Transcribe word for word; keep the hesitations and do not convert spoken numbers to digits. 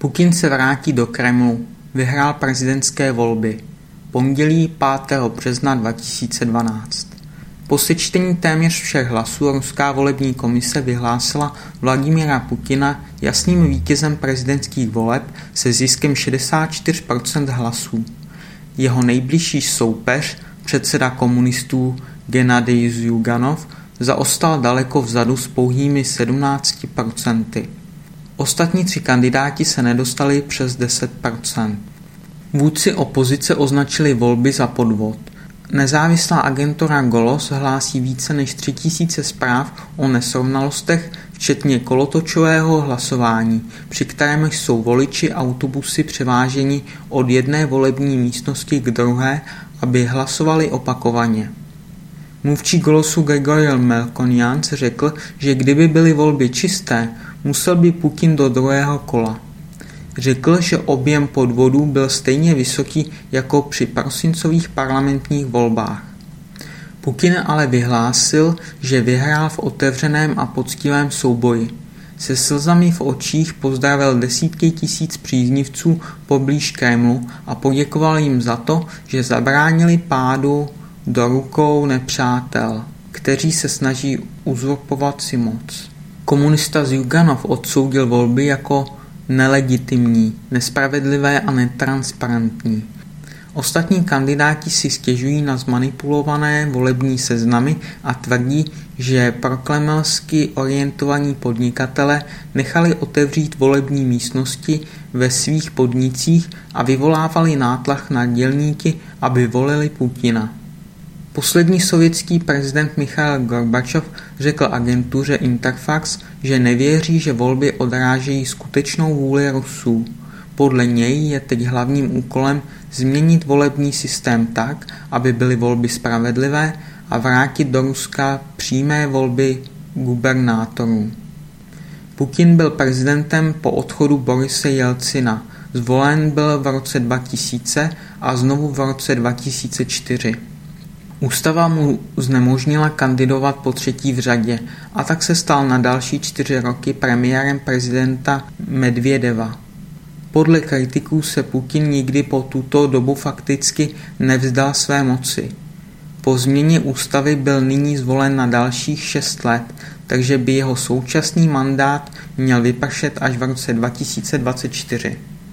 Putin se vrátí do Kremlu. Vyhrál prezidentské volby. Pondělí pátého března dva tisíce dvanáct. Po sečtení téměř všech hlasů ruská volební komise vyhlásila Vladimira Putina jasným vítězem prezidentských voleb se ziskem šedesát čtyři procent hlasů. Jeho nejbližší soupeř, předseda komunistů Gennadij Zjuganov, zaostal daleko vzadu s pouhými sedmnácti procenty. Ostatní tři kandidáti se nedostali přes deset procent. Vůdci opozice označili volby za podvod. Nezávislá agentura Golos hlásí více než tři tisíce zpráv o nesrovnalostech, včetně kolotočového hlasování, při kterém jsou voliči autobusy převáženi od jedné volební místnosti k druhé, aby hlasovali opakovaně. Mluvčí Golosu Grigorij Melkonyan řekl, že kdyby byly volby čisté, musel by Putin do druhého kola. Řekl, že objem podvodů byl stejně vysoký jako při prosincových parlamentních volbách. Putin ale vyhlásil, že vyhrál v otevřeném a poctivém souboji. Se slzami v očích pozdravil desítky tisíc příznivců poblíž Kremlu a poděkoval jim za to, že zabránili pádu do rukou nepřátel, kteří se snaží uzurpovat si moc. Komunista Zjuganov odsoudil volby jako nelegitimní, nespravedlivé a netransparentní. Ostatní kandidáti si stěžují na zmanipulované volební seznamy a tvrdí, že prokremelsky orientovaní podnikatele nechali otevřít volební místnosti ve svých podnicích a vyvolávali nátlak na dělníky, aby volili Putina. Poslední sovětský prezident Michail Gorbačov řekl agentuře Interfax, že nevěří, že volby odrážejí skutečnou vůli Rusů. Podle něj je teď hlavním úkolem změnit volební systém tak, aby byly volby spravedlivé a vrátit do Ruska přímé volby gubernátorů. Putin byl prezidentem po odchodu Borise Jelcina. Zvolen byl v roce dva tisíce a znovu v roce dva tisíce čtyři. Ústava mu znemožnila kandidovat po třetí v řadě a tak se stal na další čtyři roky premiérem prezidenta Medvědeva. Podle kritiků se Putin nikdy po tuto dobu fakticky nevzdal své moci. Po změně ústavy byl nyní zvolen na dalších šest let, takže by jeho současný mandát měl vypršet až v roce dva tisíce dvacet čtyři.